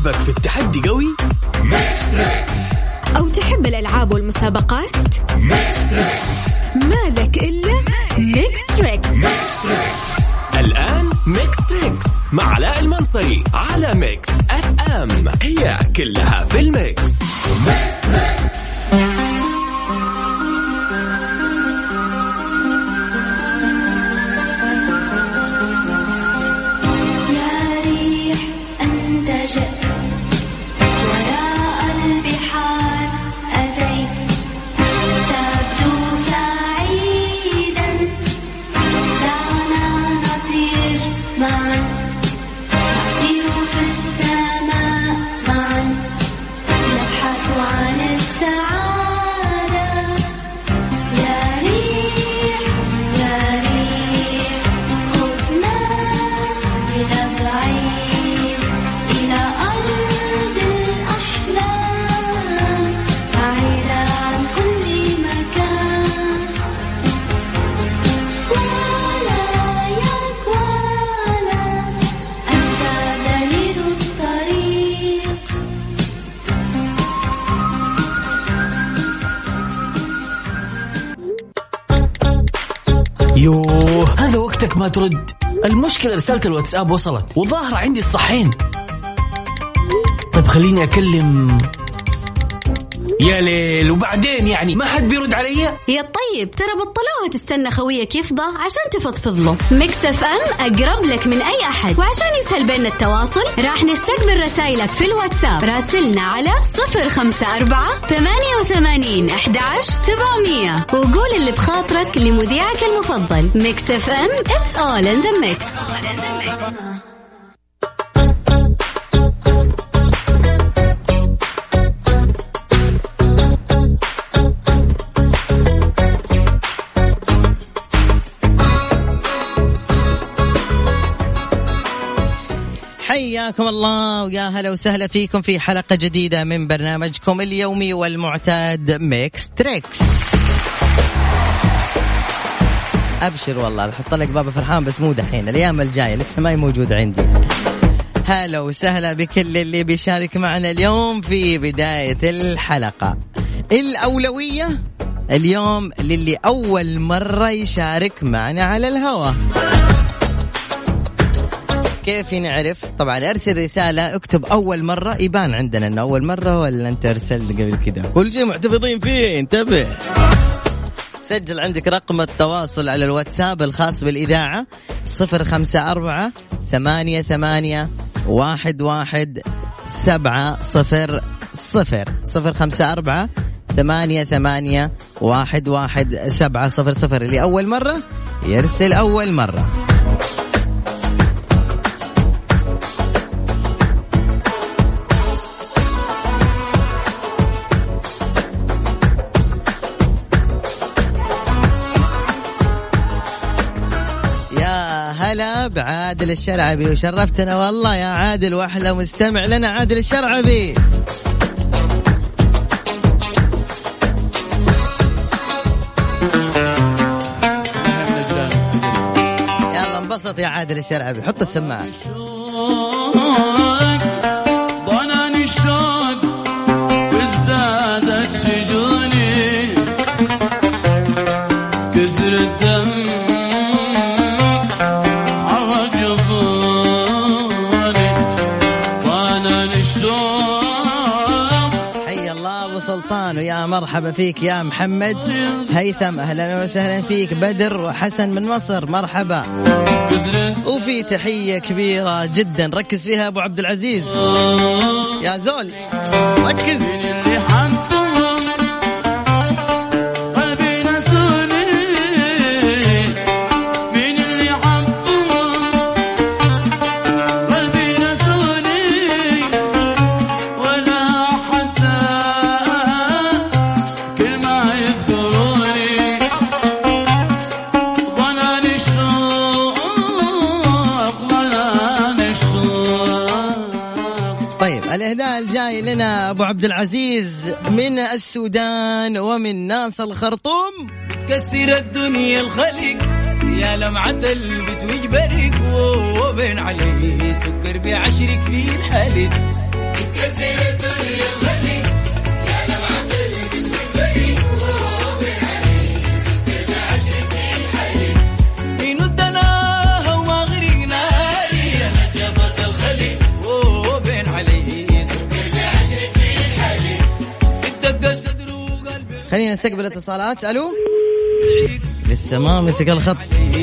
قلبك في التحدي قوي؟ ميكس تريكس. أو تحب الألعاب والمسابقات؟ ميكس تريكس. مالك إلا ميكس تريكس. الآن ميكس تريكس مع علاء المنصري على ميكس اف ام. هي كلها في الميكس. ميكس تريكس. يوه هذا وقتك ما ترد. المشكلة رسالة الواتساب وصلت وظاهرة عندي الصحين. طيب خليني أكلم يا ليل وبعدين يعني ما حد بيرد علي. يا طيب ترى بطلوها تستنى خويك يفضى عشان تفضفض له. ميكس اف ام أقرب لك من أي أحد، وعشان يسهل بيننا التواصل راح نستقبل رسائلك في الواتساب. راسلنا على 054-88-11-700 وقول اللي بخاطرك لمذيعك المفضل. ميكس اف ام It's all in the mix. حياكم الله ويا هلا وسهلا فيكم في حلقة جديدة من برنامجكم اليومي والمعتاد ميكس تريكس. أبشر والله بحط لك بابا فرحان بس مو دحين، الأيام الجاية لسه ما هي موجودة عندي. هلا وسهلا بكل اللي بيشارك معنا اليوم في بداية الحلقة. الأولوية اليوم للي أول مرة يشارك معنا على الهواء. كيف نعرف؟ طبعا ارسل رسالة اكتب أول مرة، يبان عندنا أنه أول مرة ولا أنت أرسلت قبل كذا. كل شيء محتفظين فيه، انتبه. سجل عندك رقم التواصل على الواتساب الخاص بالإذاعة 054-88-11700 054-88-11700. اللي أول مرة يرسل أول مرة. هلا بعادل الشرعبي وشرفتنا والله يا عادل، واحلى مستمع لنا عادل الشرعبي. يلا انبسط يا عادل الشرعبي، حط السماعة. ضناني الشوق وازدادت سجوني كثر الدم يا مرحبا فيك يا محمد هيثم، أهلا وسهلا فيك. بدر وحسن من مصر مرحبا. وفي تحية كبيرة جدا ركز فيها أبو عبد العزيز يا زول ركز. الجاي لنا أبو عبد العزيز من السودان ومن ناس الخرطوم. تكسر الدنيا الخلق يا لمعة البت وجبرك وبين عليه سكر بعشرك في الحالك خلينا نستقبل اتصالات. الو لسه ما مسك الخط.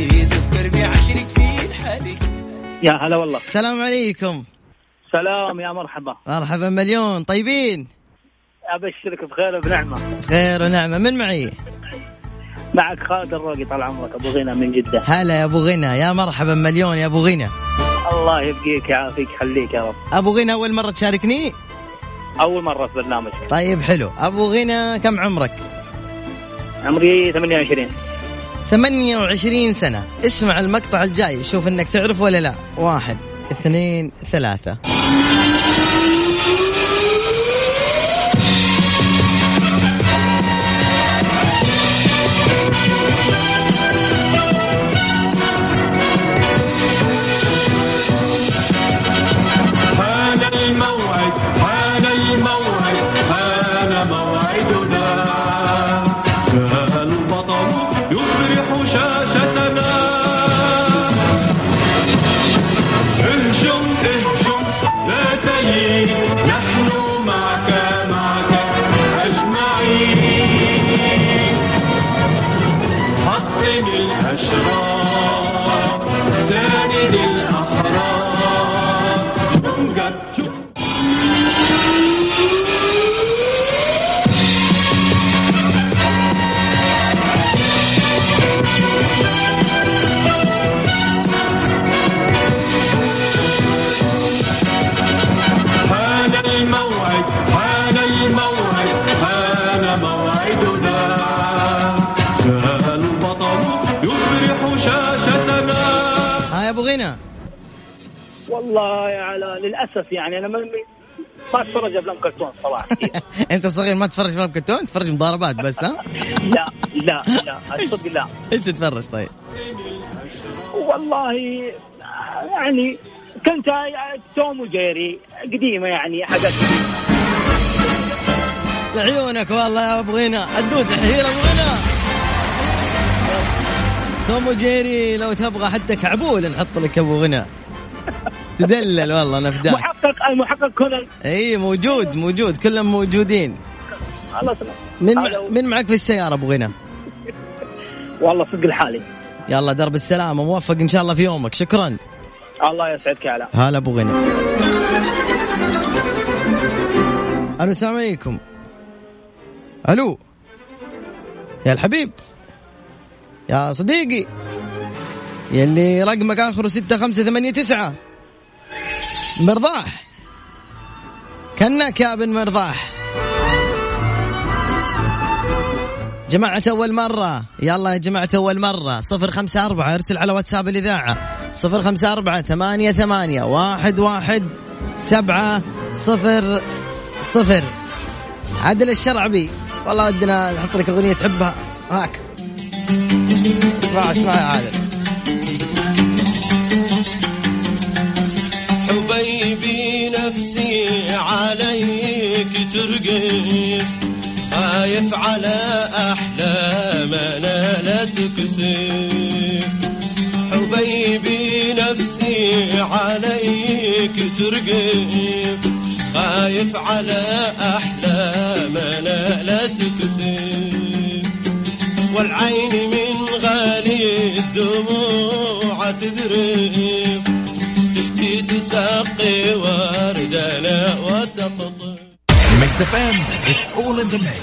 يا هلا والله. السلام عليكم. سلام يا مرحبا. مرحبا مليون. طيبين؟ أبشرك بخير وبنعمة. خير ونعمة. من معي؟ معك خالد الراقي طال عمرك أبو غنى من جدة. هلا يا أبو غنى. يا مرحبا مليون يا أبو غنى. الله يبقيك يعافيك خليك يا رب. أبو غنى أول مرة تشاركني؟ أول مرة في برنامجك. طيب حلو. أبو غنى كم عمرك؟ عمري 28. 28 سنة. اسمع المقطع الجاي شوف انك تعرف ولا لا. 1 2 3. والله للأسف يعني أنا ما أتفرج أفلام كرتون صراحة. أنت صغير ما تتفرج أفلام كرتون؟ تتفرج مضاربات بس ها؟ لا أصدق لا. إيش تتفرج طيب؟ والله يعني كنت توم وجيري قديمة يعني حاجات لعيونك والله يا أبو غنى. الدود حيل أبو غنى. توم وجيري لو تبغى حتى كعبول نحط لك أبو غنى. تدلل والله نفداك. المحقق كونان. اي موجود كلهم موجودين. الله سلام. من معك في السيارة أبو غنى؟ والله صدق الحالي. يلا درب السلامة. موفق إن شاء الله في يومك. شكرا. الله يسعدك يا علاء. هلا أبو غنى. ألو السلام عليكم. ألو يا الحبيب يا صديقي يلي رقمك آخره 6589. مرضاح كأنك يا ابن مرضاح. جماعة أول مرة. يلا يا جماعة أول مرة. 054 ارسل على واتساب الإذاعة 054 88 11700. عادل الشرعبي والله ودنا نحط لك أغنية تحبها. هاك اسمع يا عادل. حبيبي نفسي عليك ترقب خايف على أحلامنا لا تكسب. حبيبي نفسي عليك ترقب خايف على أحلامنا لا تكسب. والعين من غالي الدموع تذرب تشتي تسقي وردنا وتقطب. Mix FM, it's all in the mix.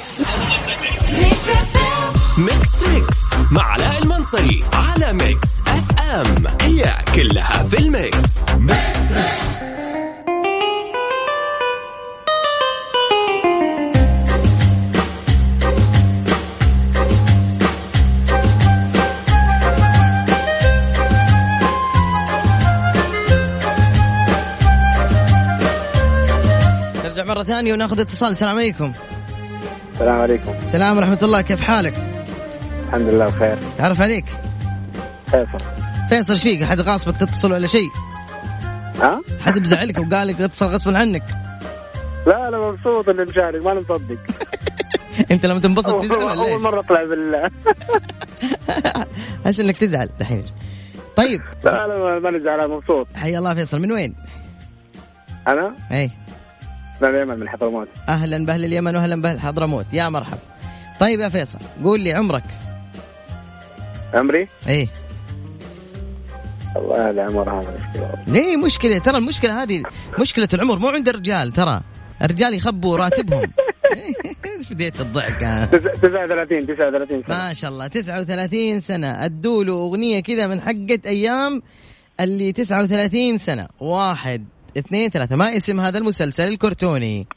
ميكس تريكس مع علاء المنصري على ميكس اف ام. هي كلها في الميكس. Mix Tricks. نرجع مرة ثانية وناخذ اتصال. السلام عليكم. السلام عليكم. السلام ورحمة الله. كيف حالك؟ الحمد لله بخير. تعرف عليك؟ فيصل. ايش فيك؟ أحد غاصبك تتصل ولا شيء؟ ها؟ حد بزعلك وقال لك اتصل غصبا عنك؟ لا أنا مبسوط إني مشارك ما مصدق. أنت لما تنبسط تزعل ولا أول مرة أطلع بالله. أحس إنك تزعل دحين. طيب. لا أنا ما نزعل أنا مبسوط. حي الله. فيصل من وين؟ أنا؟ إيه. من اليمن من حضرموت. أهلا بأهل اليمن وأهلا بأهل حضرموت. يا مرحب. طيب يا فيصل قول لي عمرك. عمري ايه والله العمر هذا مشكلة. ليه مشكلة؟ ترى المشكلة هذه مشكلة العمر مو عند الرجال، ترى الرجال يخبوا راتبهم. بديت الضحك 39 سنة. ما شاء الله 39 سنة. ادوا أغنية كذا من حقة أيام اللي 39 سنة. 1 2 3 ما اسم هذا المسلسل الكرتوني؟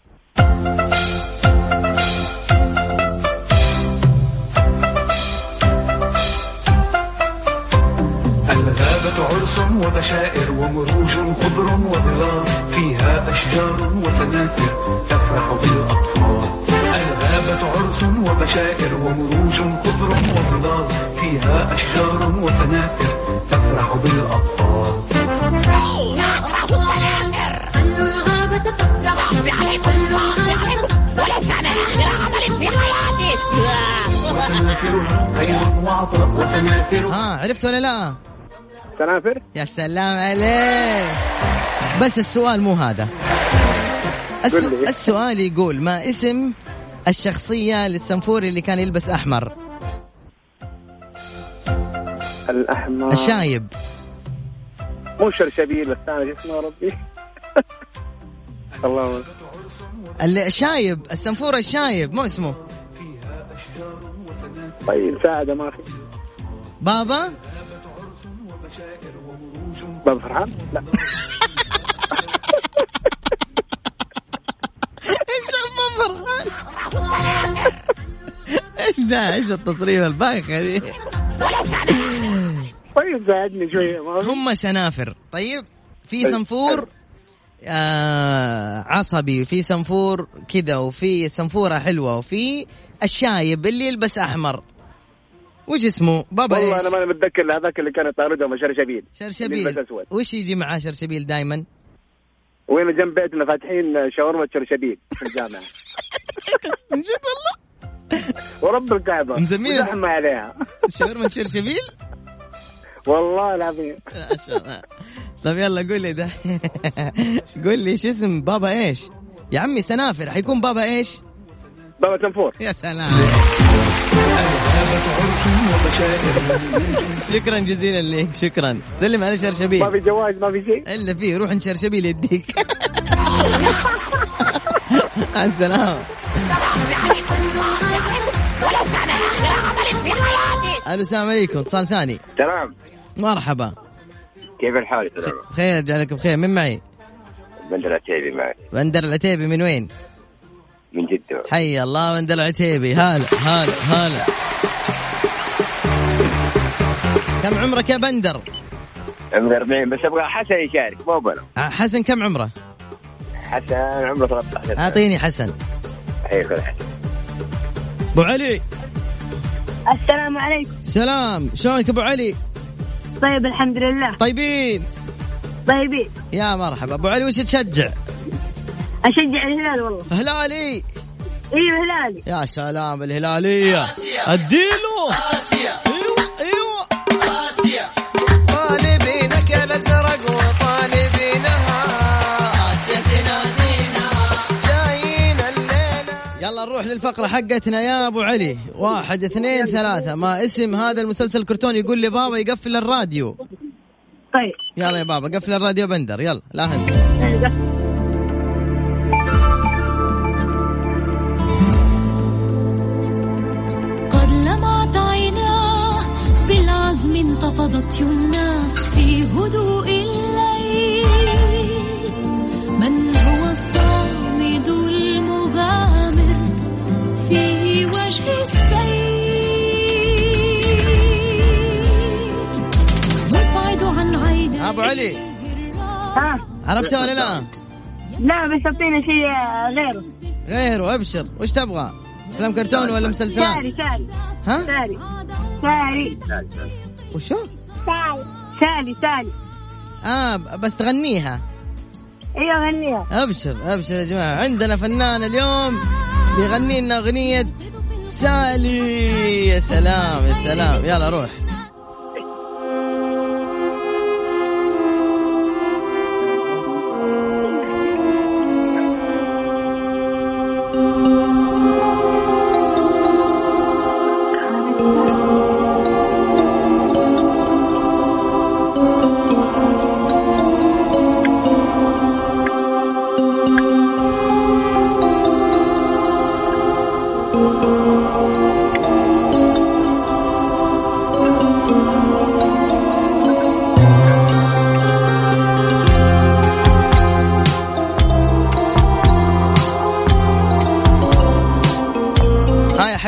الغابة عرس وبشائر ومروج خضر وظلال فيها أشجار وسنافر تفرح بالأطفال. الغابة عرس وبشائر ومروج خضر وظلال فيها أشجار وسنافر تفرح بالأطفال. عرفت ولا لا؟ سنافر. يا سلام عليك. بس السؤال مو هذا. السؤال يقول ما اسم الشخصية للسنفوري اللي كان يلبس أحمر؟ الأحمر الشايب. مو شرشبيل بس أنا اسمه ربي. الله. الشايب السنفور الشايب مو اسمه. طيب ساعدة ما في. بابا فرحان؟ لا. ايش بابا فرحان؟ ايش ده؟ ايش التصريف البايخ هذه؟ طيب ساعدني شوية. هم سنافر. طيب في سنفور عصبي، في سنفور كذا، وفي سنفورة حلوة، وفي الشايب اللي يلبس أحمر. وش اسمه بابا؟ والله إيش؟ أنا ما متذكر هذاك اللي كان يطاردهم شرشبيل. شرشبيل. وش يجي معاه شرشبيل دايما؟ وين جنب بيتنا فاتحين شاورما شرشبيل في الجامعة. من جد والله؟ ورب الكعبة مسمينها زحمة عليها شاورما شرشبيل. والله العظيم. ما شاء الله. طب يلا قول لي ده. قول لي شو اسم بابا ايش؟ يا عمي سنافر حيكون بابا ايش؟ بابا سنفور. يا سلام. شكرا جزيلا لك. شكرا. سلم على شرشبيل. ما في جواز ما في شيء الا فيه. روح عند شرشبيل يديك. السلام. الو السلام عليكم. اتصال ثاني. سلام. مرحبا. كيف الحال؟ سلام. بخير جعلك بخير. من معي؟ بندر العتيبي معي. بندر العتيبي من وين؟ من جدة. حي الله بندر العتيبي. هلا هلا هلا. كم عمرك يا بندر؟ عمري 40 بس ابغى حسن يشارك مو بلا. حسن كم عمره؟ حسن عمره 13. اعطيني حسن. ايوه حسن. ابو علي. السلام عليكم. سلام. شلونك ابو علي؟ طيب الحمد لله. طيبين يا مرحبا. ابو علي وش تشجع؟ اشجع الهلال والله. هلالي. ايوه هلالي. يا سلام الهلالية. اديله. ايوه آسيا. طالبينك يا الازرق وطالبينها آسيا تنادينا جايين الليلة. يلا نروح للفقرة حقتنا يا ابو علي. 1 2 3 ما اسم هذا المسلسل الكرتوني؟ يقول لي بابا يقفل الراديو. طيب يلا يا بابا قفل الراديو. بندر يلا لا هند. بالعزم انتفضت يمنى في هدوء الليل. من هو الصامد المغامر في وجه السيل. نبعد عن عيني. ابو علي عرفته ولا لا؟ لا بس اعطينا شيء غيره. ابشر. وش تبغى؟ فيلم كرتون ولا مسلسلات؟ ساري. ها؟ ساري. وشو؟ سالي. بس تغنيها. ايوه غنيها. ابشر يا جماعة. عندنا فنان اليوم بيغني لنا اغنية سالي. يا سلام يا سلام. يلا روح.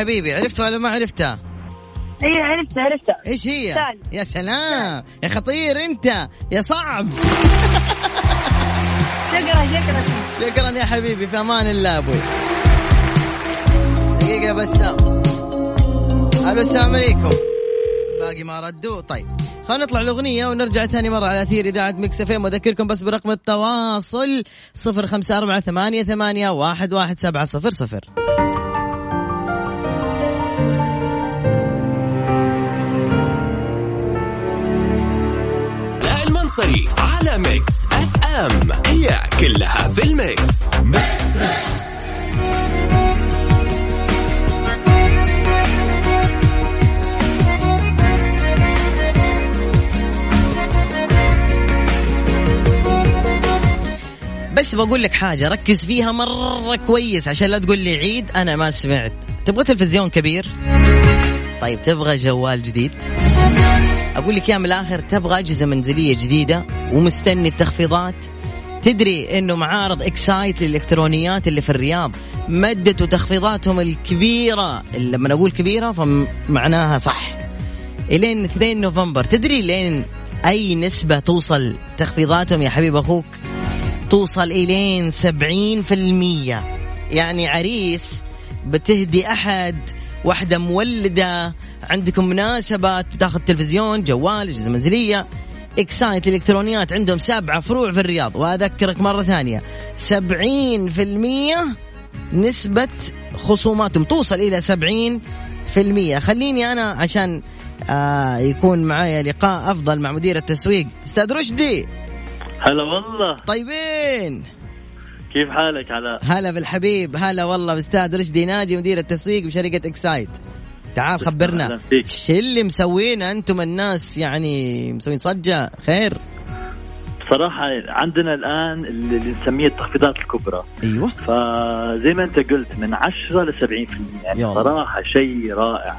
حبيبي، عرفتها ولا ما عرفتها؟ ايوه عرفتها. ايش هي؟ سالي. يا سلام يا خطير انت يا صعب. شكرا يا حبيبي، في امان الله ابوي. دقيقة بس. الو السلام عليكم. باقي ما ردوا. طيب خلينا نطلع الأغنية ونرجع ثاني مرة على أثير إذاعة ميكس اف ام. وأذكركم بس برقم التواصل 0548811700. المنصري على ميكس اف ام، هي كلها في الميكس. ميكس تريكس. بس بقول لك حاجة ركز فيها مرة كويس عشان لا تقول لي عيد أنا ما سمعت. تبغى تلفزيون كبير؟ طيب تبغى جوال جديد؟ أقول لك يا من الآخر، تبغى أجهزة منزلية جديدة ومستني التخفيضات؟ تدري إنه معارض إكسايت للإلكترونيات اللي في الرياض مدت تخفيضاتهم الكبيرة، لما نقول كبيرة فمعناها صح، إلين 2 نوفمبر. تدري لين أي نسبة توصل تخفيضاتهم يا حبيب أخوك؟ توصل إلين 70%. يعني عريس بتهدي أحد، واحدة مولدة، عندكم مناسبات، بتاخذ تلفزيون، جوال، أجهزة منزلية. إكسايت الإلكترونيات عندهم 7 فروع في الرياض، وأذكرك مرة ثانية 70% نسبة خصوماتهم توصل إلى 70%. خليني أنا عشان يكون معايا لقاء أفضل مع مدير التسويق أستاذ رشدي. هلا والله. طيبين، كيف حالك علاء؟ هلا بالحبيب. هلا والله بأستاذ رشدي ناجي مدير التسويق بشركة إكسايت. تعال خبرنا شو اللي مسوينا أنتم الناس، يعني مسوين صجة خير؟ بصراحة عندنا الآن اللي نسميه التخفيضات الكبرى. أيوة. فزي ما أنت قلت من 10 ل 70%، يعني صراحة شيء رائع.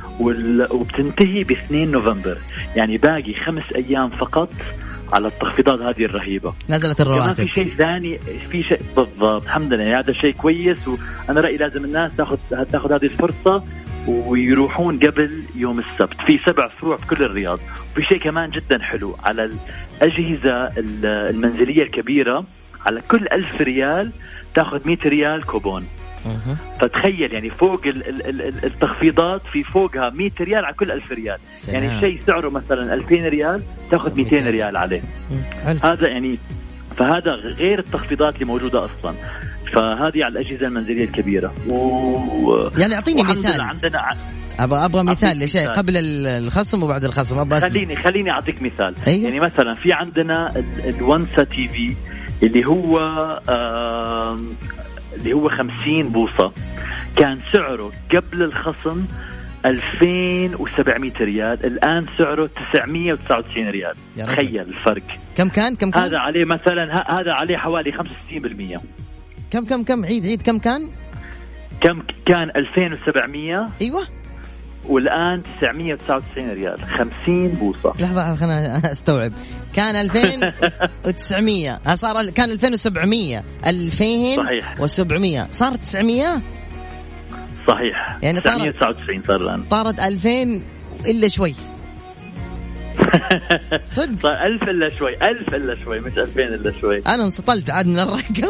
وبتنتهي ب2 نوفمبر، يعني باقي 5 أيام فقط على التخفيضات هذه الرهيبة. نزلت الرواتب. في شيء ثاني، في شيء بالضبط، الحمد لله هذا شيء كويس. وأنا رأيي لازم الناس تأخذ هذه الفرصة ويروحون قبل يوم السبت. في 7 فروع في كل الرياض. وفي شيء كمان جدا حلو على الأجهزة المنزلية الكبيرة، على كل 1000 ريال تأخذ 100 ريال كوبون. فتخيل يعني فوق التخفيضات في فوقها 100 ريال على كل 1000 ريال. يعني شيء سعره مثلا 2000 ريال تأخذ 200 ريال عليه. هذا يعني، فهذا غير التخفيضات اللي موجودة أصلا. فهذه على الأجهزة المنزلية الكبيرة. يعني أعطيني مثال. عندنا أبغى مثال لشيء قبل الخصم وبعد الخصم. خليني أعطيك مثال. أيوة. يعني مثلا في عندنا الونسا تي في اللي هو 50 بوصة، كان سعره قبل الخصم 2700 ريال، الآن سعره 999 ريال. تخيل الفرق. كم كان؟ هذا عليه مثلا، هذا عليه حوالي 65%. كم عيد كم كان 2700. أيوة. والآن 999 ريال، 50 بوصة. لحظة خلنا أستوعب. كان 2900 صار، كان 2700 2700 صار 900. صحيح. يعني 999 صار الآن. طارت 2000 إلا شوي. صدق 1000 إلا شوي، 1000 إلا شوي، مش 2000 إلا شوي. أنا انسطلت عاد من الرقم.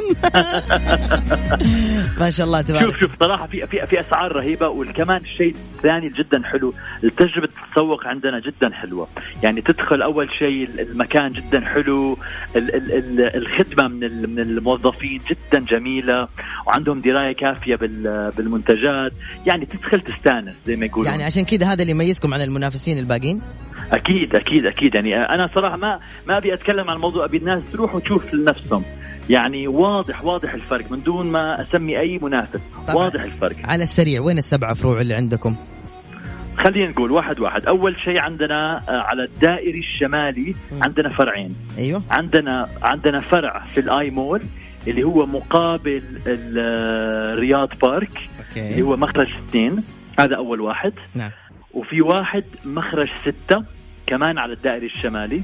ما شاء الله تبارك. شوف صراحة في أسعار رهيبة. وكمان الشيء الثاني جدا حلو، التجربة التسوق عندنا جدا حلوة. يعني تدخل أول شيء المكان جدا حلو، الخدمة من الموظفين جدا جميلة، وعندهم دراية كافية بالمنتجات. يعني تدخل تستانس زي ما يقولون. يعني عشان كده هذا اللي يميزكم عن المنافسين الباقين. أكيد. يعني أنا صراحة ما أبي أتكلم عن الموضوع، أبي الناس تروح وتشوف لنفسهم. يعني واضح الفرق من دون ما أسمي أي منافس. واضح الفرق. على السريع وين ال7 فروع اللي عندكم؟ خلينا نقول واحد. أول شيء عندنا على الدائري الشمالي عندنا فرعين. أيوة. عندنا فرع في الآي مول اللي هو مقابل الرياض بارك. أوكي. اللي هو مخرج 2. هذا أول واحد. نعم. وفي واحد مخرج 6 كمان على الدائري الشمالي.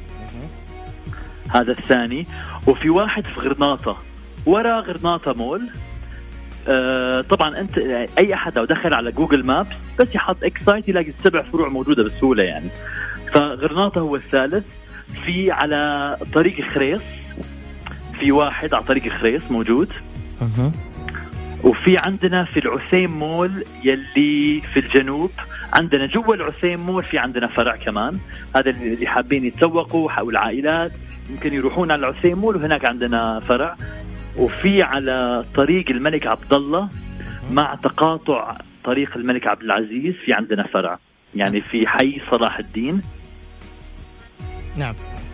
هذا الثاني. وفي واحد في غرناطة، ورا غرناطة مول، طبعا انت اي احد لو دخل على جوجل مابس بس يحط اكسايت يلاقي 7 فروع موجوده بسهوله يعني. فغرناطه هو الثالث. في على طريق خريص في واحد على طريق خريص موجود. وفي عندنا في العثيم مول يلي في الجنوب. عندنا جوا العثيم مول في عندنا فرع كمان. هذا اللي حابين يتسوقوا حول العائلات يمكن يروحون على العثيم مول وهناك عندنا فرع. وفي على طريق الملك عبد الله مع تقاطع طريق الملك عبد العزيز في عندنا فرع يعني في حي صلاح الدين. نعم.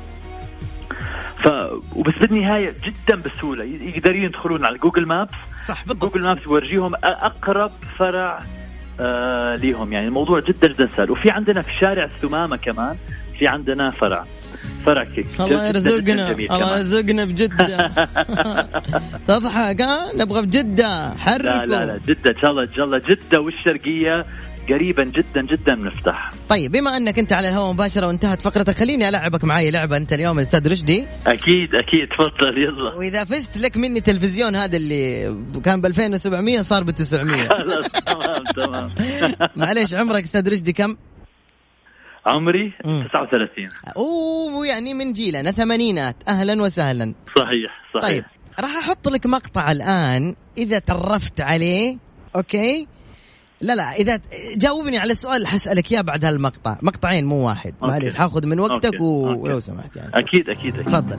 وبس بالنهاية جدا بسهولة يقدرون يدخلون على جوجل مابس. صح بالضبط. جوجل مابس يورجيهم أقرب فرع ليهم يعني الموضوع جدا جدا سهل. وفي عندنا في شارع الثمامة كمان في عندنا فرع كيك. الله يرزقنا الله يرزقنا بجدة. تضحك نبغى بجدة حركوا. لا جدة إن شاء الله جدة والشرقية قريبا جدا جدا نفتح. طيب بما أنك أنت على الهواء مباشرة وانتهت فقرتك خليني ألعبك معايا لعبة أنت اليوم الأستاذ رشدي. أكيد تفضل يلا. وإذا فزت لك مني تلفزيون هذا اللي كان ب2700 صار ب900. تمام. معليش عمرك أستاذ رشدي كم؟ عمري 39. يعني من جيلنا ثمانينات. أهلا وسهلا. صحيح. طيب راح أحط لك مقطع الآن إذا تعرفت عليه أوكي. لا إذا جاوبني على السؤال حسألك إياه بعد هالمقطع. مقطعين مو واحد. معليش حاخذ من وقتك ولو سمحت يعني. أكيد. تفضل.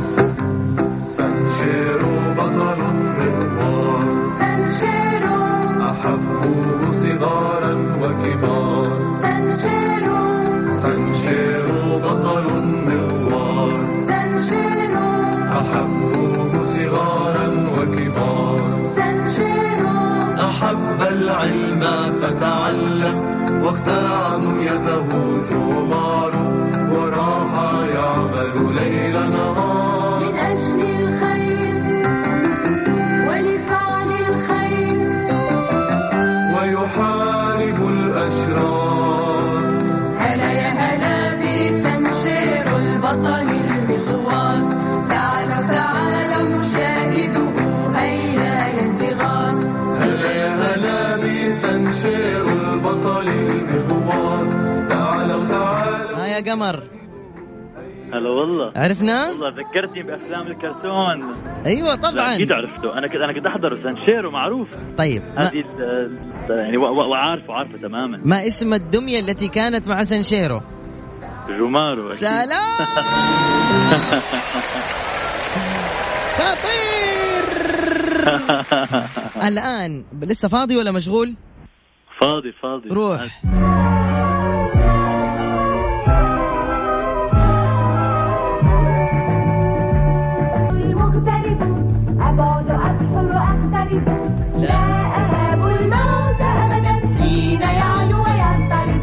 سانشيرو بطل مغوار سانشيرو أحبه صغارا وكبار سانشيرو بطل مغوار سانشيرو أحبه صغارا وكبار أحب العلم فتعلم واخترع دنيته جمار وراح يعمل ليل نهار من أجل الخير ولفعل الخير ويحارب الأشرار. هلا يا هلا بسانشيرو البطل المغوار تعالوا شاهدوه هيا يا صغار. هلا بسانشيرو البطل المغوار تعالوا يا قمر. هلا والله. عرفنا؟ والله ذكرتني بأفلام الكرتون. أيوة طبعا. أكيد عرفته. أنا كنت أحضر سانشيرو معروف. طيب. هذه يعني وعارفه تماما. ما اسم الدمية التي كانت مع سانشيرو؟ جومارو. سلام. خطير. الآن لسه فاضي ولا مشغول؟ فاضي. روح. لا أهاب الموت أبدا حين يعلو ويضطرب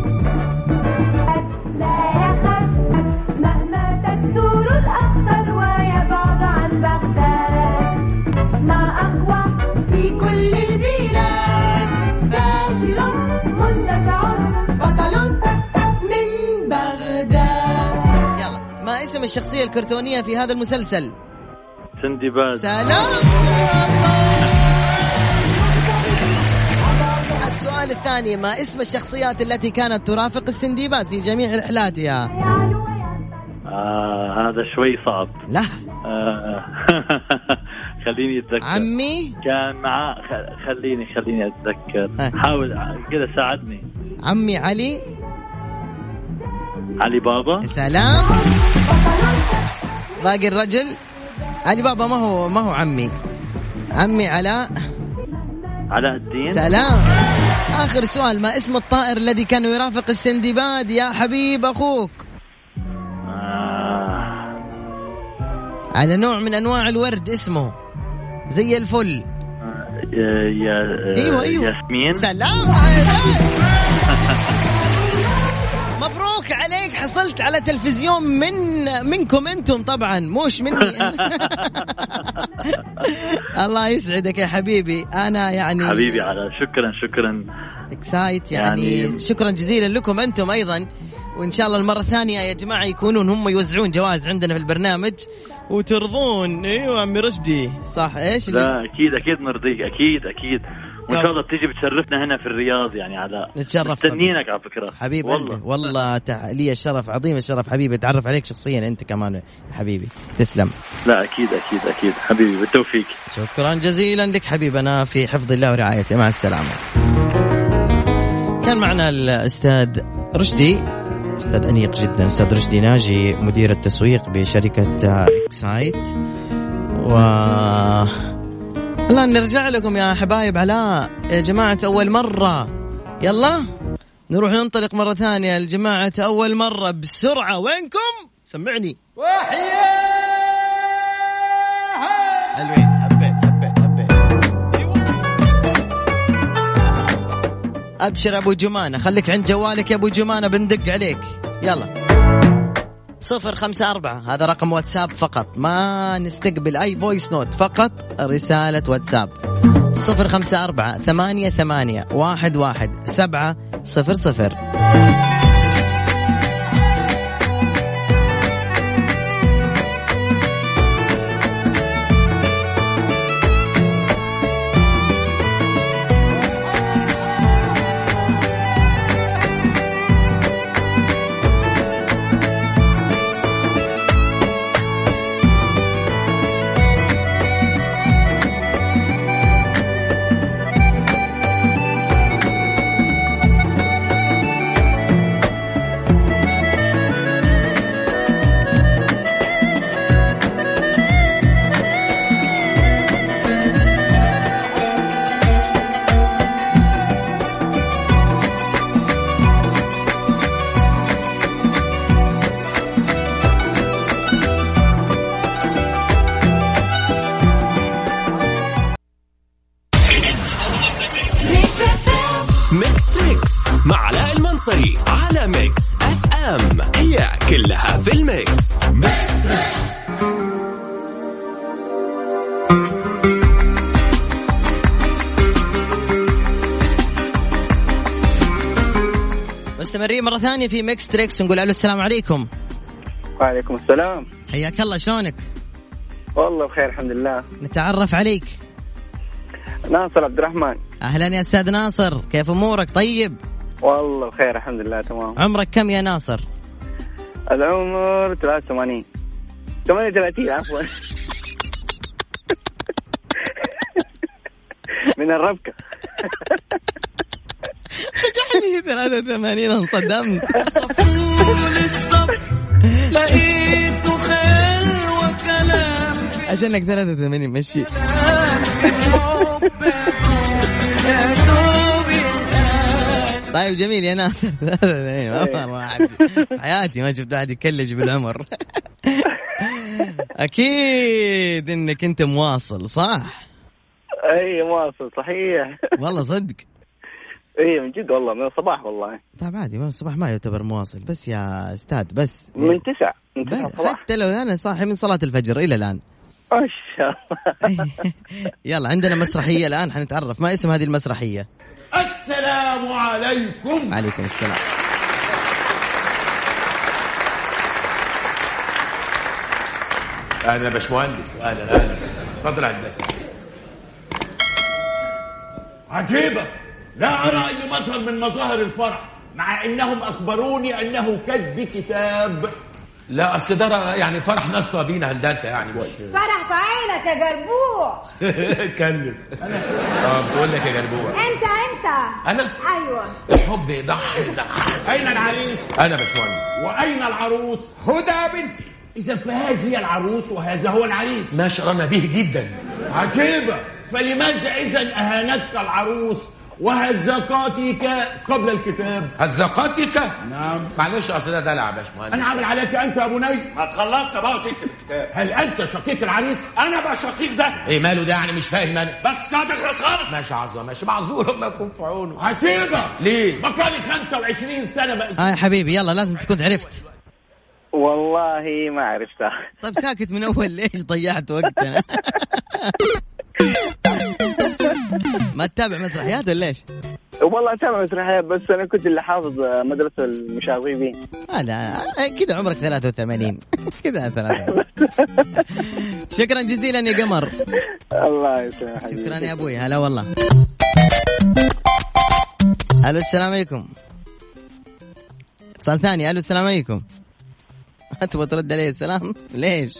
لا يخاف مهما تكثر الأخطر ويبعد عن بغداد ما أقوى في كل البلاد باهر مندفع بطل من بغداد. يلا ما اسم الشخصية الكرتونية في هذا المسلسل؟ سندباد. سلام. السؤال الثاني ما اسم الشخصيات التي كانت ترافق السندباد في جميع رحلاتها؟ هذا شوي صعب. لا. خليني أتذكر. عمي كان معاه. خليني أتذكر. حاول كده ساعدني. عمي علي بابا. سلام. باقي الرجل علي بابا ما هو عمي علاء الدين. سلام. آخر سؤال ما اسم الطائر الذي كان يرافق السندباد يا حبيب أخوك؟ على نوع من أنواع الورد اسمه زي الفل. أيوة. ياسمين. سلام. مبروك عليك حصلت على تلفزيون منكم انتم طبعا مش مني. الله يسعدك يا حبيبي. انا يعني حبيبي على شكرا اكسايت يعني شكرا جزيلا لكم انتم ايضا. وإن شاء الله المرة الثانية يا جماعة يكونون هم يوزعون جوائز عندنا في البرنامج وترضون. أيوة عمي رشدي صح إيش؟ لا أكيد نرضيك أكيد وإن شاء الله تيجي بتشرفنا هنا في الرياض يعني على نتشرف مستنيينك على فكرة حبيب والله لي الشرف عظيم الشرف حبيبي أتعرف عليك شخصيا أنت كمان حبيبي تسلم. لا أكيد حبيبي بالتوفيق. شكرا جزيلا لك حبيبنا في حفظ الله ورعايته مع السلامة. كان معنا الأستاذ رشدي أستاذ أنيق جدا أستاذ رشدي ناجي مدير التسويق بشركة إكسايت. الآن نرجع لكم يا حبايب علاء يا جماعة أول مرة يلا نروح ننطلق مرة ثانية الجماعة أول مرة بسرعة. وينكم سمعني حلوين حبيت أبشر أبو جمانة خليك عند جوالك يا أبو جمانة بندق عليك يلا 054 هذا رقم واتساب فقط ما نستقبل أي فويس نوت فقط رسالة واتساب 054-88-11700. مع علاء المنصري على ميكس اف ام هي كلها في الميكس. مستمرين مرة ثانية في ميكس تريكس ونقول له السلام عليكم. وعليكم السلام. حياك الله شلونك؟ والله بخير الحمد لله. نتعرف عليك. ناصر عبد الرحمن. أهلا يا أستاذ ناصر كيف أمورك طيب؟ والله بخير الحمد لله تمام. عمرك كم يا ناصر؟ العمر 83 38 عفوا من الربكة. رجعني 83 انصدمت. لقيته خير وكلام عشانك 83 مشي. طيب جميل يا ناصر. حياتي ما شفت أحد يكلج بالعمر. أكيد إنك أنت مواصل صح؟ أي مواصل صحيح. والله صدق. ايه من جد والله من الصباح والله. طيب عادي من الصباح ما يعتبر مواصل بس يا استاذ بس من 9 الصباح حتى لو انا صاحي من صلاة الفجر الى الان ما شاء الله. يلا عندنا مسرحية الان حنتعرف ما اسم هذه المسرحية. السلام عليكم. عليكم السلام. اهلا باشمهندس. اهلا تفضل على الناس. عجيبة لا أرى أي مظهر من مظاهر الفرح مع أنهم أخبروني أنه كتب كتاب. لا أصل ده يعني فرح ناس طابين هندسة يعني فرح في عينك يا جربوع. كلم بتقول لك يا جربوع. أنت أنا أيوة. الحب يضحي. أين العريس؟ أنا باشمهندس. وأين العروس؟ هدى بنتي. إذا فهذه هي العروس وهذا هو العريس. ما شرنا به جدا. عجيبة. فلماذا إذن أهانتك العروس وهزقاتك قبل الكتاب؟ هزقاتك؟ نعم. معلش أصل ده دلع يا باشمهندس. أنا عامل عليك أنت يا أبو ني. ما تخلصنا بقى وتكتب الكتاب. هل أنت شقيق العريس؟ أنا بقى شقيق ده. إيه ماله ده يعني مش فاهم أنا. بس صادق خالص. ماشي عظمة ماشي معذور ما يكون في عونه. عجيبة. ليه؟ بقالي 25 سنة بقى. يا حبيبي يلا لازم تكون عرفت. والله ما عرفتها. طيب ساكت من أول ليش ضيعت وقتنا؟ ما تتابع مسرحيات ولا ليش؟ والله أتابع مسرحيات بس أنا كنت اللي حافظ مدرسة المشاغبين. هذا كذا عمرك 83 كذا 3. شكرا جزيلا يا قمر. الله يسلمك. شكرا يا أبوي. هلا والله. ألو السلام عليكم. اتصال ثاني. ألو السلام عليكم. تبغى ترد عليه السلام ليش؟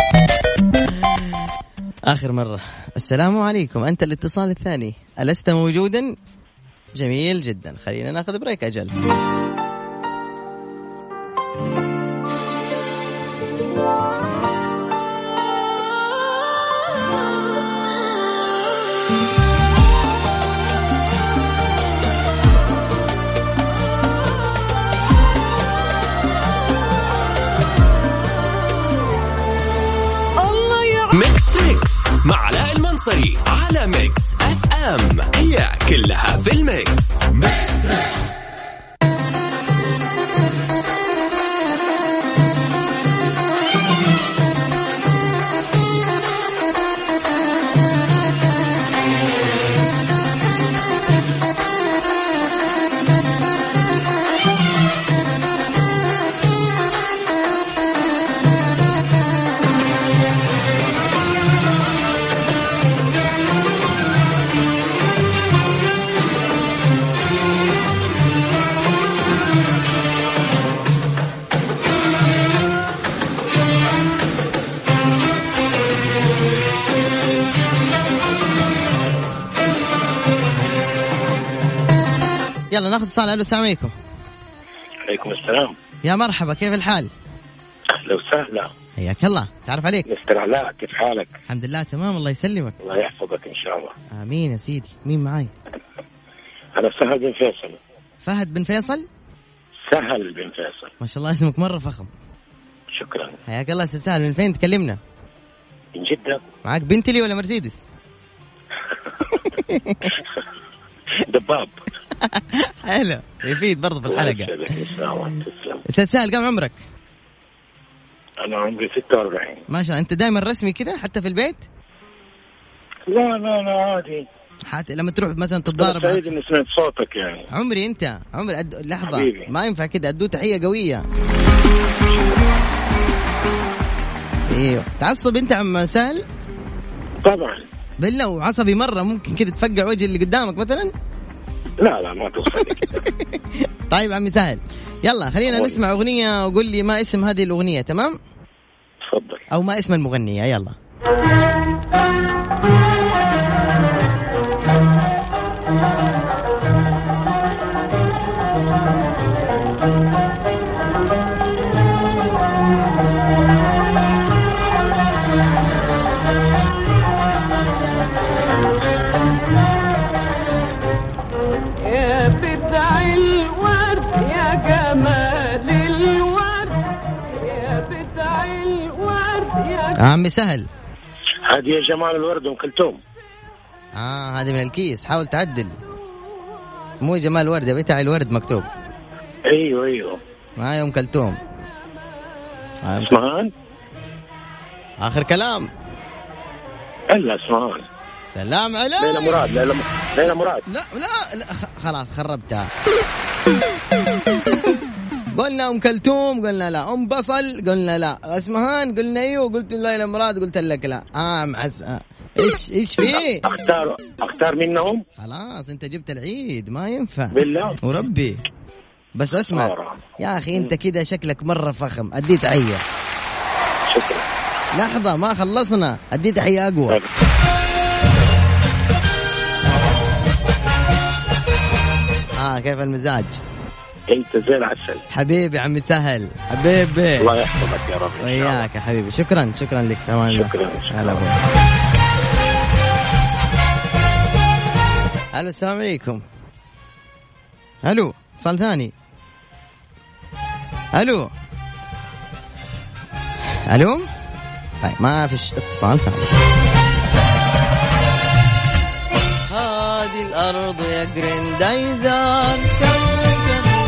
آخر مرة. السلام عليكم. أنت الاتصال الثاني. ألست موجودا؟ جميل جدا. خلينا ناخذ بريك أجل. مع علاء المنصري على ميكس اف ام. هي كلها في الميكس. يلا ناخذ اتصال. الو السلام عليكم. عليكم السلام. يا مرحبا، كيف الحال؟ اهلا وسهلا. حياك الله. تعرف عليك مستر علاء، كيف حالك؟ الحمد لله تمام الله يسلمك. الله يحفظك ان شاء الله. امين يا سيدي. مين معاي؟ انا سهل بن فيصل. فهد بن فيصل. سهل بن فيصل. ما شاء الله اسمك مرة فخم. شكرا. حياك الله. سهل من فين تكلمنا؟ من جدة. معاك بنتلي ولا مرسيدس؟ دباب. حلو يفيد برضه في الحلقة. استاذ سهل كم عمرك؟ أنا عمري 46. ما شاء الله. أنت دائما رسمي كذا حتى في البيت؟ لا عادي. حتى لما تروح مثلا تتضارب. سعيد إني سمعت صوتك يعني. عمري أنت عمري لحظة حبيبي. ما ينفع كذا. أدو تحية قوية. ايوه تعصب انت عم سهل؟ طبعا. بالله وعصبي مرة ممكن كده تفقع وجه اللي قدامك مثلا؟ لا ما توصل كده. طيب عمي سهل يلا خلينا نسمع أغنية وقول لي ما اسم هذه الأغنية. تمام؟ تفضل. أو ما اسم المغنية. يلا عمي سهل. هذه يا جمال الورد ام كلثوم. هذه من الكيس. حاول تعدل. مو جمال الورد بتاع الورد مكتوب. ايوه ما هي ام كلثوم. اسمهان. اخر كلام. الا اسمهان. سلام عليك. ليلى مراد. لا خلاص خربتها. قلنا ام كلثوم قلنا لا. ام بصل قلنا لا. اسمهان قلنا ايوه. قلت ليلى مراد قلت لك لا. معز. ايش فيه؟ اختار منهم. خلاص انت جبت العيد ما ينفع بالله وربي. بس اسمع يا اخي انت كده شكلك مرة فخم. اديت تحية. شكرا. لحظة ما خلصنا. اديت تحية اقوى. كيف المزاج؟ انت زي العسل حبيبي عمي سهل. حبيبي الله يحفظك يا رب. وياك يا حبيبي. شكرا لك. تمام. شكرا. الو السلام عليكم. الو اتصال ثاني. الو طيب ما فيش اتصال ثاني. هذه الارض يا جريندايزر